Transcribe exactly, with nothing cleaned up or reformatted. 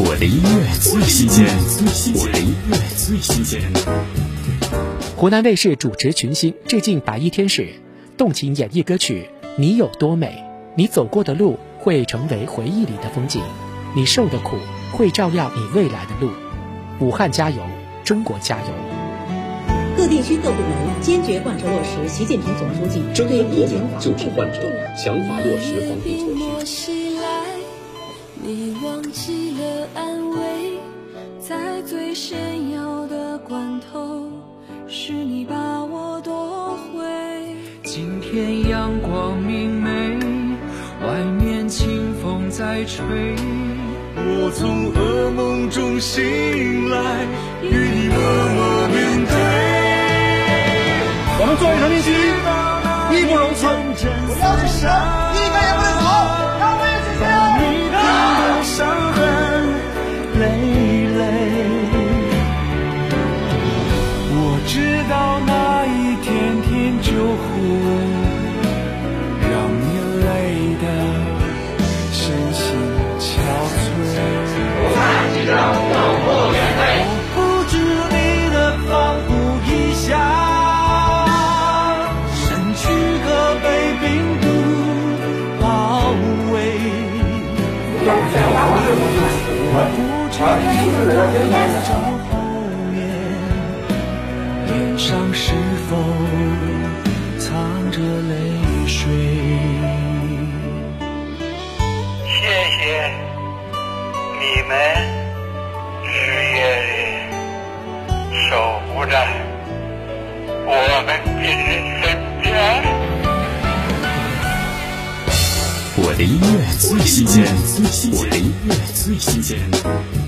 我的音乐最新鲜，我的音乐最新鲜。 湖南卫视主持群星致敬白衣天使，动情演绎歌曲《你有多美》。你走过的路会成为回忆里的风景，你受的苦会照耀你未来的路。武汉加油，中国加油！ 各地区各部门坚决贯彻落实习近平总书记对疫情救治患者，强化落实防控措施。 你忘记了安慰，在最险要的关头，是你把我夺回。 今天阳光明媚，外面清风在吹， 我从噩梦中醒来，与你默默面对。 我们作为人民之一，义不容辞。 我要求你们一个也不能走，让我们一起去。 你的伤痕累累，我知道那一天天就会让你累得身心憔悴。 再记得要破脸泪， 我不知你的防护一下，身躯可被病毒包围。我不知你的照后面，脸上是否藏着泪水。 谢谢你们日夜里守护在我们病人身边。 我的音乐最新鲜，我的音乐最新鲜。